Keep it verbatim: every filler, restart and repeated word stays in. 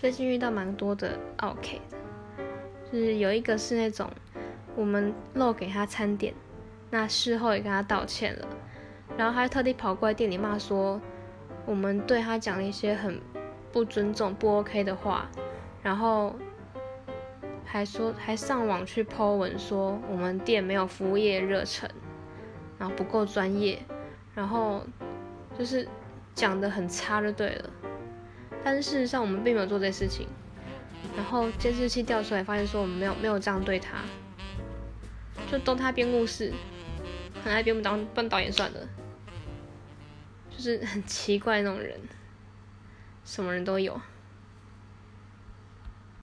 最近遇到蛮多的 OK 的，就是有一个是那种我们漏给他餐点，那事后也跟他道歉了，然后他特地跑过来店里骂说我们对他讲了一些很不尊重、不 OK 的话，然后还说还上网去 po 文说我们店没有服务业热忱，然后不够专业，然后就是讲得很差就对了。但是事实上我们并没有做这些事情，然后监视器调出来发现说我们没有没有这样对他，就都他编故事，很爱编不当当导演算了，就是很奇怪那种人，什么人都有。